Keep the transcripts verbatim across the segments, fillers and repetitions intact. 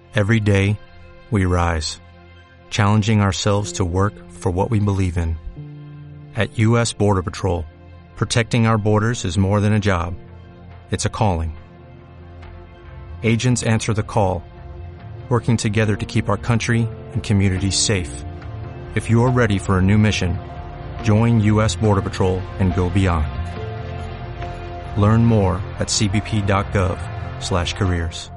Every day, we rise, challenging ourselves to work for what we believe in. At U S Border Patrol, protecting our borders is more than a job. It's a calling. Agents answer the call, working together to keep our country and communities safe. If you're ready for a new mission, join U S Border Patrol and go beyond. Learn more at c b p dot gov slash careers.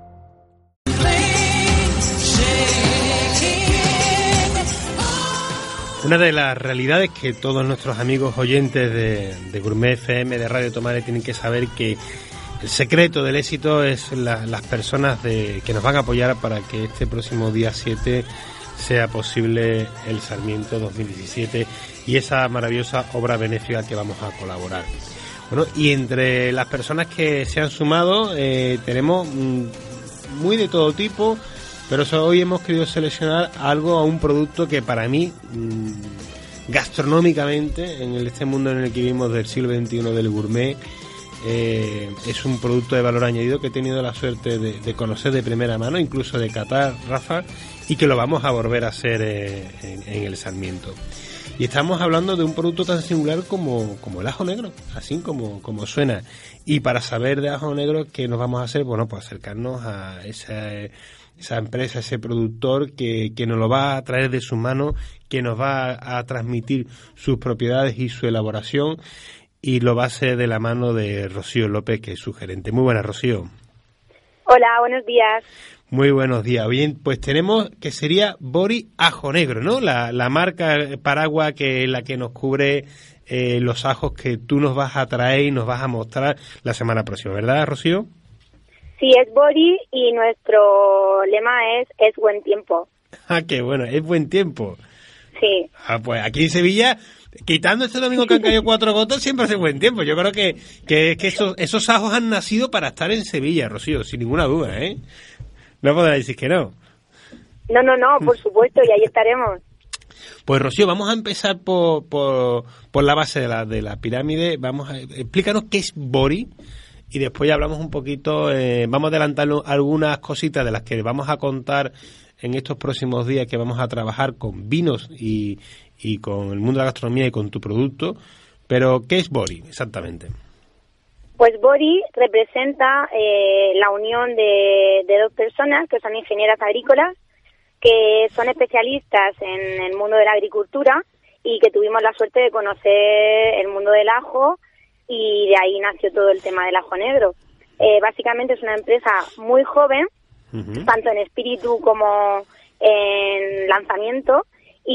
Una de las realidades que todos nuestros amigos oyentes de, de Gourmet F M, de Radio Tomare, tienen que saber que el secreto del éxito es la, las personas de, que nos van a apoyar para que este próximo día siete sea posible el Sarmiento dos mil diecisiete y esa maravillosa obra benéfica que vamos a colaborar. Bueno, y entre las personas que se han sumado eh, tenemos mm, muy de todo tipo, pero hoy hemos querido seleccionar algo, a un producto que para mí, mmm, gastronómicamente, en este mundo en el que vivimos del siglo veintiuno del gourmet, eh, es un producto de valor añadido que he tenido la suerte de, de conocer de primera mano, incluso de catar, Rafa, y que lo vamos a volver a hacer eh, en, en el Sarmiento. Y estamos hablando de un producto tan singular como, como el ajo negro, así como, como suena. Y para saber de ajo negro, ¿qué nos vamos a hacer? Bueno, pues acercarnos a esa, esa empresa, ese productor que, que nos lo va a traer de sus manos, que nos va a, a transmitir sus propiedades y su elaboración, y lo va a hacer de la mano de Rocío López, que es su gerente. Muy buenas, Rocío. Hola, buenos días. Muy buenos días. Bien, pues tenemos que sería Bori Ajo Negro, ¿no? La, la marca paraguas que la que nos cubre eh, los ajos que tú nos vas a traer y nos vas a mostrar la semana próxima, ¿verdad, Rocío? Sí, es Bori y nuestro lema es es buen tiempo. Ah, qué bueno, es buen tiempo. Sí. Ah, pues aquí en Sevilla, quitando este domingo que han caído cuatro gotas, siempre hace buen tiempo. Yo creo que, que, que esos, esos ajos han nacido para estar en Sevilla, Rocío, sin ninguna duda, ¿eh? No podrás decir que no. No, no, no, por supuesto, y ahí estaremos. Pues, Rocío, vamos a empezar por, por, por la base de la, de la pirámide. Vamos a, explícanos qué es Bori y después ya hablamos un poquito, eh, vamos a adelantar algunas cositas de las que vamos a contar en estos próximos días, que vamos a trabajar con vinos y, y con el mundo de la gastronomía y con tu producto. Pero, ¿qué es Bori exactamente? Pues Bori representa eh, la unión de, de dos personas que son ingenieras agrícolas, que son especialistas en el mundo de la agricultura y que tuvimos la suerte de conocer el mundo del ajo, y de ahí nació todo el tema del ajo negro. Eh, básicamente es una empresa muy joven, uh-huh. tanto en espíritu como en lanzamiento,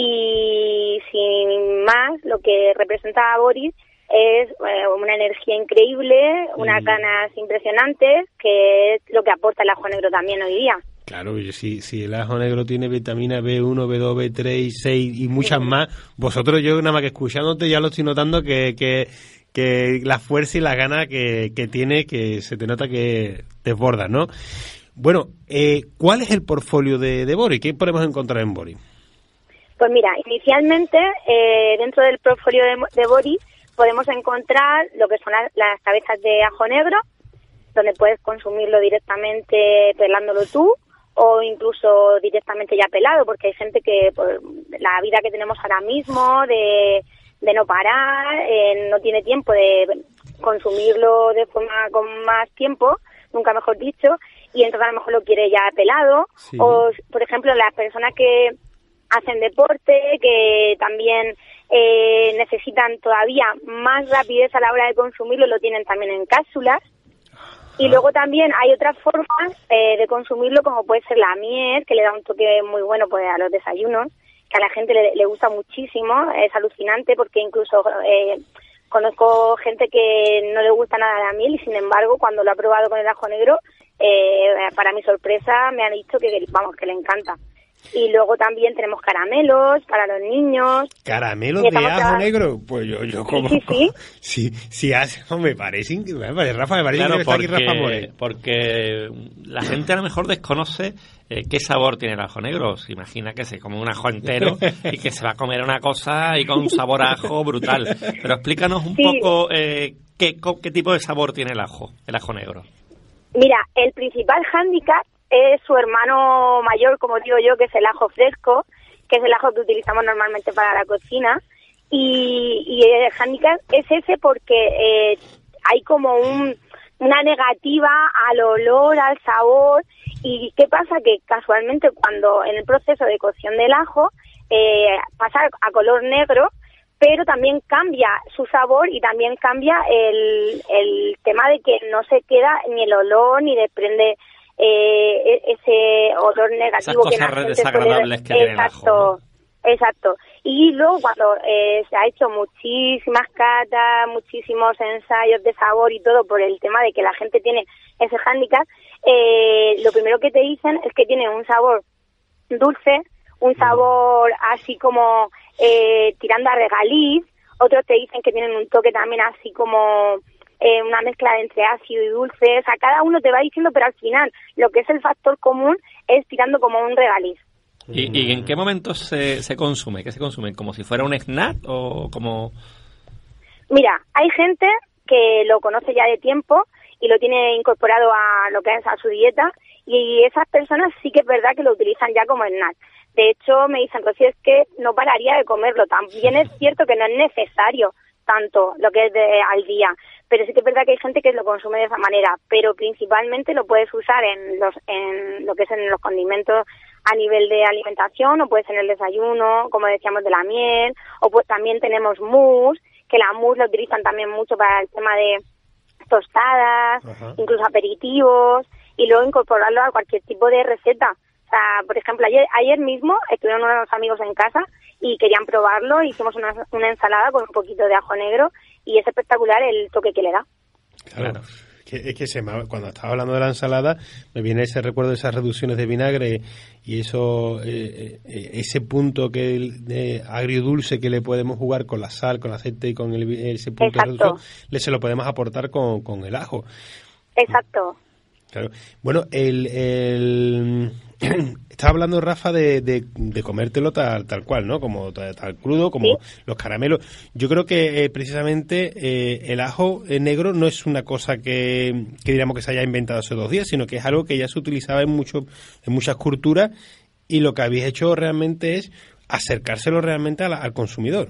y sin más, lo que representa a Bori es eh, una energía increíble, unas ganas impresionantes, que es lo que aporta el ajo negro también hoy día. Claro, si, si el ajo negro tiene vitamina B uno, B dos, B tres, seis y muchas más, vosotros, yo nada más que escuchándote ya lo estoy notando que, que, que la fuerza y la gana que, que tiene, que se te nota que desborda, ¿no? Bueno, eh, ¿cuál es el portfolio de, de Bori? ¿Qué podemos encontrar en Bori? Pues mira, inicialmente eh, dentro del portfolio de, de Bori podemos encontrar lo que son las, las cabezas de ajo negro, donde puedes consumirlo directamente pelándolo tú, o incluso directamente ya pelado, porque hay gente que por la vida que tenemos ahora mismo de, de no parar, eh, no tiene tiempo de consumirlo de forma con más tiempo, nunca mejor dicho, y entonces a lo mejor lo quiere ya pelado, sí. O por ejemplo las personas que hacen deporte, que también eh, necesitan todavía más rapidez a la hora de consumirlo, lo tienen también en cápsulas. Y luego también hay otras formas eh, de consumirlo, como puede ser la miel, que le da un toque muy bueno pues a los desayunos, que a la gente le, le gusta muchísimo, es alucinante, porque incluso eh, conozco gente que no le gusta nada la miel y sin embargo cuando lo ha probado con el ajo negro, eh, para mi sorpresa me han dicho que, vamos, que le encanta. Y luego también tenemos caramelos para los niños. ¿Caramelos de ajo a... negro? Pues yo, yo como... Sí, sí, sí. Si, si hace, me parece increíble. Rafa, me parece claro, que porque, está aquí Rafa More. Porque la gente a lo mejor desconoce eh, qué sabor tiene el ajo negro. Se imagina que se come un ajo entero y que se va a comer una cosa y con un sabor a ajo brutal. Pero explícanos un sí. poco eh, qué, qué tipo de sabor tiene el ajo, el ajo negro. Mira, el principal hándicap es su hermano mayor, como digo yo, que es el ajo fresco, que es el ajo que utilizamos normalmente para la cocina. Y, y el hándicap es ese porque eh, hay como un, una negativa al olor, al sabor. ¿Y qué pasa? Que casualmente cuando en el proceso de cocción del ajo eh, pasa a color negro, pero también cambia su sabor y también cambia el, el tema de que no se queda ni el olor ni desprende eh, ese olor negativo. Esas cosas que la desagradables gente que tiene el ajo, ¿no? Exacto. Y luego cuando eh, se ha hecho muchísimas catas, muchísimos ensayos de sabor y todo por el tema de que la gente tiene ese hándicap, eh, lo primero que te dicen es que tiene un sabor dulce, un sabor así como eh, tirando a regaliz. Otros te dicen que tienen un toque también así como eh, una mezcla entre ácido y dulce. O sea, cada uno te va diciendo, pero al final lo que es el factor común es tirando como un regaliz. ¿Y, ¿Y en qué momento se, se consume? ¿Qué se consume? ¿Como si fuera un snack o como...? Mira, hay gente que lo conoce ya de tiempo y lo tiene incorporado a lo que es a su dieta, y esas personas sí que es verdad que lo utilizan ya como snack. De hecho, me dicen, Rocío, es que no pararía de comerlo. También es cierto que no es necesario tanto lo que es de, al día, pero sí que es verdad que hay gente que lo consume de esa manera, pero principalmente lo puedes usar en los en lo que es en los condimentos a nivel de alimentación, o puede ser en el desayuno, como decíamos, de la miel, o pues también tenemos mousse, que la mousse la utilizan también mucho para el tema de tostadas, Ajá. incluso aperitivos, y luego incorporarlo a cualquier tipo de receta. O sea, por ejemplo, ayer ayer mismo estuvieron unos amigos en casa y querían probarlo, hicimos una, una ensalada con un poquito de ajo negro y es espectacular el toque que le da. Claro. Que, es que se me, cuando estaba hablando de la ensalada me viene ese recuerdo de esas reducciones de vinagre y eso eh, eh, ese punto que el, de agridulce que le podemos jugar con la sal, con el aceite y con el, ese punto Exacto. de reducción, le se lo podemos aportar con, con el ajo. Exacto. Claro. Bueno, el, el estaba hablando Rafa de, de, de comértelo tal tal cual, ¿no? Como tal, tal crudo, como ¿Sí? los caramelos. Yo creo que eh, precisamente eh, el ajo negro no es una cosa que, que diríamos que se haya inventado hace dos días, sino que es algo que ya se utilizaba en mucho en muchas culturas, y lo que habéis hecho realmente es acercárselo realmente a la, al consumidor.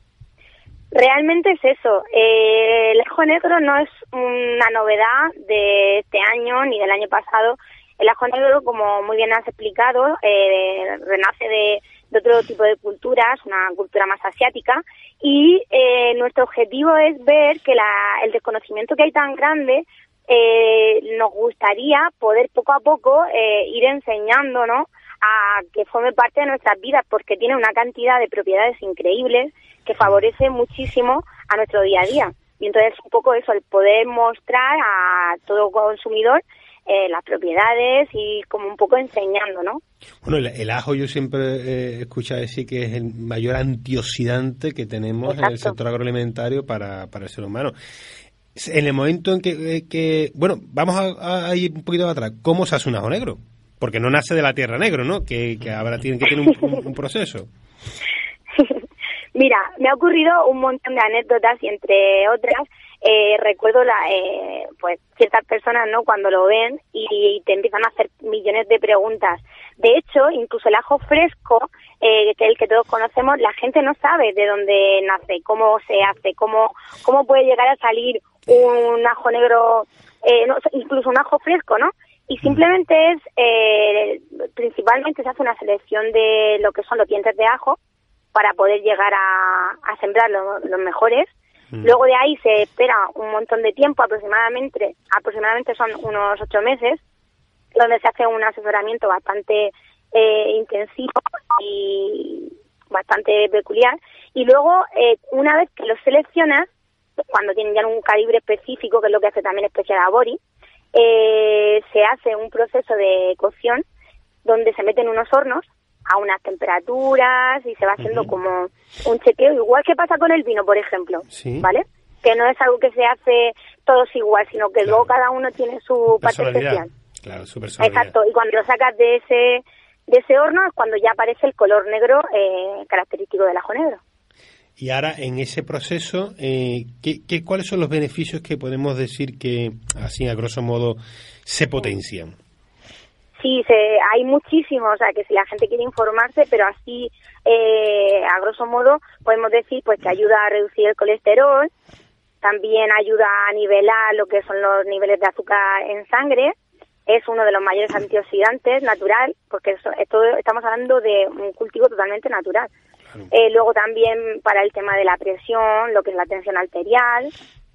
Realmente es eso. Eh, el ajo negro no es una novedad de este año ni del año pasado. El ajo negro, como muy bien has explicado, eh, renace de, de otro tipo de culturas, una cultura más asiática, y eh, nuestro objetivo es ver que la, el desconocimiento que hay tan grande, eh, nos gustaría poder poco a poco eh, ir enseñándonos a que forme parte de nuestras vidas, porque tiene una cantidad de propiedades increíbles que favorece muchísimo a nuestro día a día. Y entonces un poco eso, el poder mostrar a todo consumidor eh, las propiedades y como un poco enseñando, ¿no? Bueno, el, el ajo yo siempre he escuchado decir que es el mayor antioxidante que tenemos Exacto. en el sector agroalimentario para, para el ser humano. En el momento en que, que bueno, vamos a, a ir un poquito atrás, ¿cómo se hace un ajo negro? Porque no nace de la tierra negro, ¿no? Que, que ahora tiene que tener un, un, un proceso. Mira, me ha ocurrido un montón de anécdotas y entre otras eh, recuerdo la, eh, pues ciertas personas, ¿no? Cuando lo ven y te empiezan a hacer millones de preguntas. De hecho, incluso el ajo fresco, eh, que es el que todos conocemos, la gente no sabe de dónde nace, cómo se hace, cómo cómo puede llegar a salir un ajo negro, eh, no, incluso un ajo fresco, ¿no? Y simplemente es, eh, principalmente se hace una selección de lo que son los dientes de ajo para poder llegar a, a sembrar lo, los mejores. Mm. Luego de ahí se espera un montón de tiempo, aproximadamente aproximadamente son unos ocho meses, donde se hace un asesoramiento bastante eh, intensivo y bastante peculiar. Y luego, eh, una vez que los seleccionas, cuando tienen ya un calibre específico, que es lo que hace también Special Abory, eh, se hace un proceso de cocción donde se meten unos hornos a unas temperaturas y se va haciendo uh-huh. como un chequeo, igual que pasa con el vino, por ejemplo, ¿Sí? ¿vale? Que no es algo que se hace todos igual, sino que claro. luego cada uno tiene su parte especial. Claro, su personalidad. Exacto, y cuando lo sacas de ese de ese horno es cuando ya aparece el color negro eh, característico del ajo negro. Y ahora, en ese proceso, eh, ¿qué, qué, ¿cuáles son los beneficios que podemos decir que, así a grosso modo, se potencian? Sí, se, hay muchísimos, o sea, que si la gente quiere informarse, pero así, eh, a grosso modo, podemos decir pues que ayuda a reducir el colesterol, también ayuda a nivelar lo que son los niveles de azúcar en sangre, es uno de los mayores antioxidantes natural, porque eso, esto, estamos hablando de un cultivo totalmente natural. Claro. Eh, luego también para el tema de la presión, lo que es la tensión arterial,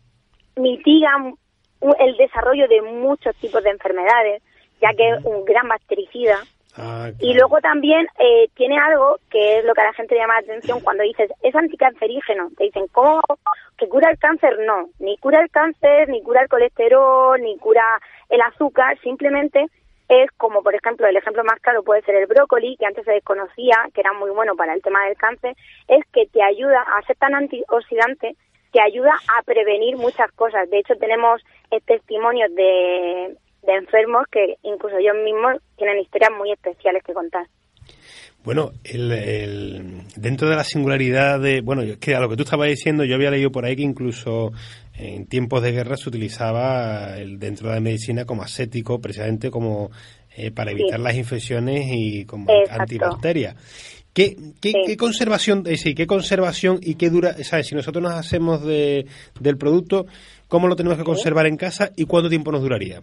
mitiga el desarrollo de muchos tipos de enfermedades, ya que es un gran bactericida. Ah, claro. Y luego también eh, tiene algo que es lo que a la gente le llama la atención cuando dices, es anticancerígeno. Te dicen, ¿cómo? ¿Que cura el cáncer? No, ni cura el cáncer, ni cura el colesterol, ni cura el azúcar, simplemente es como, por ejemplo, el ejemplo más claro puede ser el brócoli, que antes se desconocía, que era muy bueno para el tema del cáncer, es que te ayuda a ser tan antioxidante, te ayuda a prevenir muchas cosas. De hecho, tenemos eh, testimonios de... de enfermos que incluso ellos mismos tienen historias muy especiales que contar. Bueno, el, el, dentro de la singularidad de... Bueno, es que a lo que tú estabas diciendo, yo había leído por ahí que incluso en tiempos de guerra se utilizaba el, dentro de la medicina como ascético, precisamente como eh, para evitar sí. las infecciones y como Exacto. antibacterias. ¿Qué, qué, sí. qué conservación, es decir, qué conservación y qué dura... ¿Sabes? Si nosotros nos hacemos de, del producto, ¿cómo lo tenemos que conservar sí. en casa y cuánto tiempo nos duraría?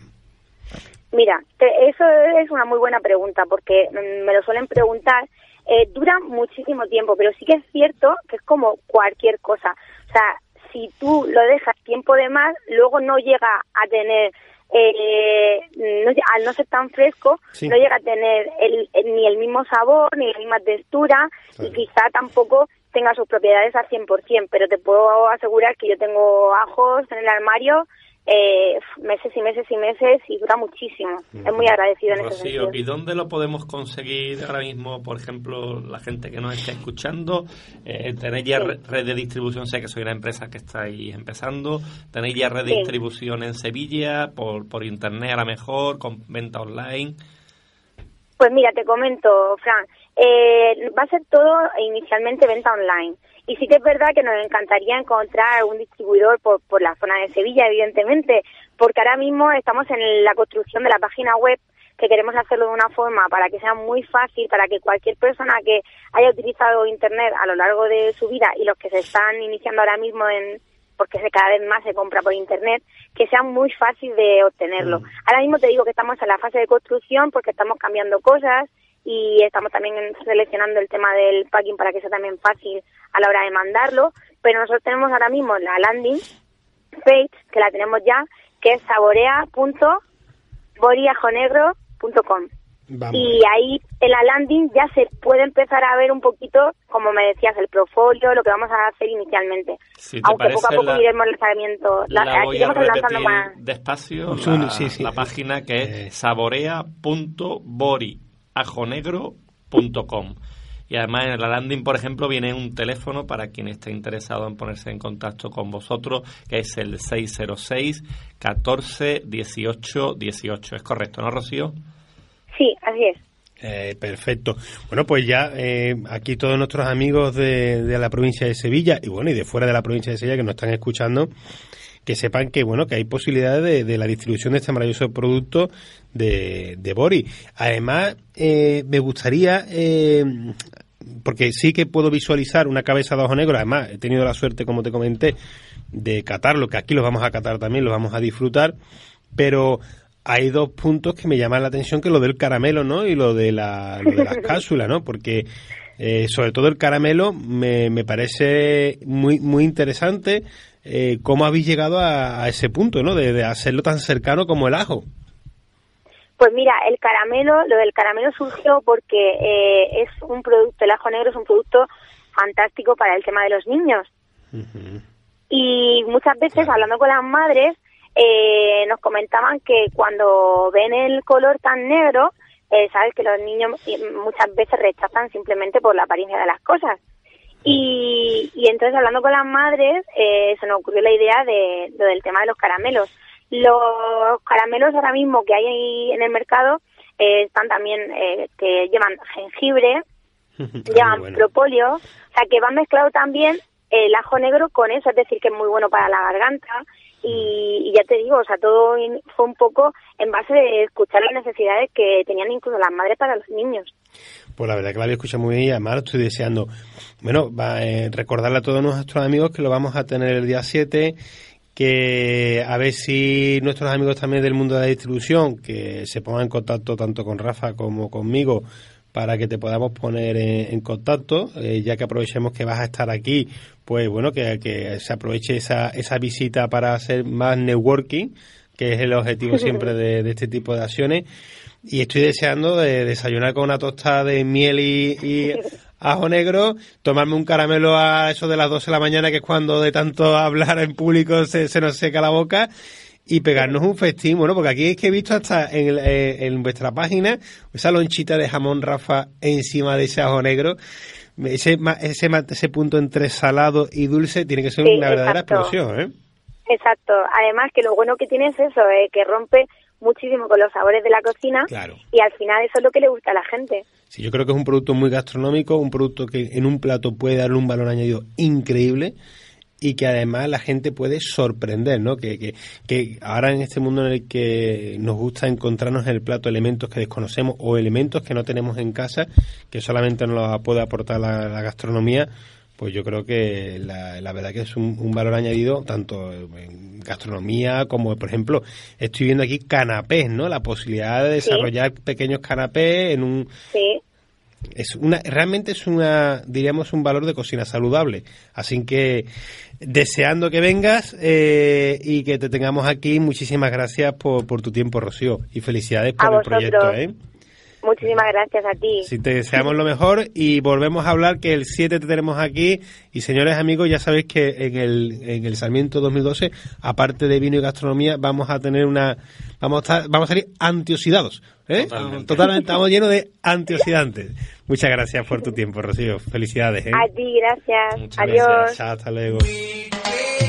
Mira, te, eso es una muy buena pregunta porque me lo suelen preguntar. Eh, dura muchísimo tiempo, pero sí que es cierto que es como cualquier cosa. O sea, si tú lo dejas tiempo de más, luego no llega a tener, eh, no, al no ser tan fresco, sí. no llega a tener el, el, ni el mismo sabor, ni la misma textura, claro. y quizá tampoco tenga sus propiedades al cien por ciento, pero te puedo asegurar que yo tengo ajos en el armario Eh, meses y meses y meses y dura muchísimo. Uh-huh. Es muy agradecido en Rocío, ese sentido. ¿Y dónde lo podemos conseguir ahora mismo, por ejemplo, la gente que nos está escuchando? Eh, ¿Tenéis ya sí. red de distribución? Sé que soy una empresa que estáis empezando. ¿Tenéis ya red de sí. distribución en Sevilla, por, por internet a lo mejor, con venta online? Pues mira, te comento, Fran, eh, va a ser todo inicialmente venta online. Y sí que es verdad que nos encantaría encontrar un distribuidor por, por la zona de Sevilla, evidentemente, porque ahora mismo estamos en la construcción de la página web, que queremos hacerlo de una forma para que sea muy fácil, para que cualquier persona que haya utilizado Internet a lo largo de su vida y los que se están iniciando ahora mismo, en porque cada vez más se compra por Internet, que sea muy fácil de obtenerlo. Mm. Ahora mismo te digo que estamos en la fase de construcción porque estamos cambiando cosas, y estamos también seleccionando el tema del packing para que sea también fácil a la hora de mandarlo, pero nosotros tenemos ahora mismo la landing page, que la tenemos ya, que es saborea punto bori ajonegro punto com. Y ahí en la landing ya se puede empezar a ver un poquito, como me decías, el portfolio, lo que vamos a hacer inicialmente. Si Aunque poco a poco la, iremos lanzamiento. La, la voy a repetir más despacio, la, sí, sí. la página que es eh. saborea punto bori ajonegro punto com. Y además en la landing, por ejemplo, viene un teléfono para quien esté interesado en ponerse en contacto con vosotros, que es el seis cero seis, catorce, dieciocho, dieciocho. ¿Es correcto, no, Rocío? Sí, así es. Eh, perfecto. Bueno, pues ya eh, aquí todos nuestros amigos de, de la provincia de Sevilla y bueno, y de fuera de la provincia de Sevilla que nos están escuchando, que sepan que bueno que hay posibilidades de, de la distribución de este maravilloso producto de, de Bori. Además, eh, me gustaría, eh, porque sí que puedo visualizar una cabeza de ajo negro, además he tenido la suerte, como te comenté, de catarlo, que aquí lo vamos a catar también, lo vamos a disfrutar, pero hay dos puntos que me llaman la atención, que lo del caramelo, ¿no? Y lo de la lo de las cápsulas, ¿no? Porque eh, sobre todo el caramelo me, me parece muy muy interesante. Eh, ¿Cómo habéis llegado a, a ese punto, ¿no? De, de hacerlo tan cercano como el ajo. Pues mira, el caramelo, lo del caramelo surgió porque eh, es un producto, el ajo negro es un producto fantástico para el tema de los niños. Uh-huh. Y muchas veces, claro, hablando con las madres, eh, nos comentaban que cuando ven el color tan negro, eh, sabes que los niños muchas veces rechazan simplemente por la apariencia de las cosas. Y, y entonces, hablando con las madres, eh, se nos ocurrió la idea de lo del tema de los caramelos. Los caramelos ahora mismo que hay en el mercado eh, están también, eh, que llevan jengibre, llevan bueno. propóleo, o sea que van mezclado también el ajo negro con eso, es decir, que es muy bueno para la garganta Y, y ya te digo, o sea, todo fue un poco en base de escuchar las necesidades que tenían incluso las madres para los niños. Pues la verdad que la había escuchado muy bien y además estoy deseando, bueno, va, eh, recordarle a todos nuestros amigos que lo vamos a tener el día siete, que a ver si nuestros amigos también del mundo de la distribución, que se pongan en contacto tanto con Rafa como conmigo, para que te podamos poner en, en contacto, eh, ya que aprovechemos que vas a estar aquí, pues bueno, que, que se aproveche esa, esa visita para hacer más networking, que es el objetivo siempre de, de este tipo de acciones. Y estoy deseando de desayunar con una tostada de miel y, y ajo negro, tomarme un caramelo a eso de las doce de la mañana, que es cuando de tanto hablar en público se, se nos seca la boca, y pegarnos un festín, bueno, porque aquí es que he visto hasta en, el, eh, en vuestra página esa lonchita de jamón, Rafa, encima de ese ajo negro. Ese, ese, ese punto entre salado y dulce tiene que ser sí, una verdadera exacto. explosión, ¿eh? Exacto. Además que lo bueno que tiene es eso, eh, que rompe muchísimo con los sabores de la cocina, claro. Y al final eso es lo que le gusta a la gente. Sí, yo creo que es un producto muy gastronómico, un producto que en un plato puede darle un valor añadido increíble, y que además la gente puede sorprender, ¿no? Que, que, que ahora en este mundo en el que nos gusta encontrarnos en el plato elementos que desconocemos o elementos que no tenemos en casa, que solamente nos los puede aportar la, la gastronomía, pues yo creo que la, la verdad que es un, un valor añadido tanto en gastronomía como, por ejemplo, estoy viendo aquí canapés, ¿no? La posibilidad de desarrollar sí. pequeños canapés en un... Sí. Es una, realmente es una, diríamos, un valor de cocina saludable. Así que, deseando que vengas eh, y que te tengamos aquí, muchísimas gracias por, por tu tiempo, Rocío, y felicidades por el proyecto, ¿eh? Muchísimas gracias a ti. Sí, te deseamos lo mejor y volvemos a hablar, que el siete te tenemos aquí. Y señores amigos, ya sabéis que en el en el Sarmiento dos mil doce, aparte de vino y gastronomía, vamos a tener una vamos a estar, vamos a salir antioxidados, ¿eh? Totalmente. Totalmente, estamos llenos de antioxidantes. Muchas gracias por tu tiempo, Rocío. Felicidades, ¿eh? A ti, gracias. Muchas Adiós. Gracias. Chao, hasta luego.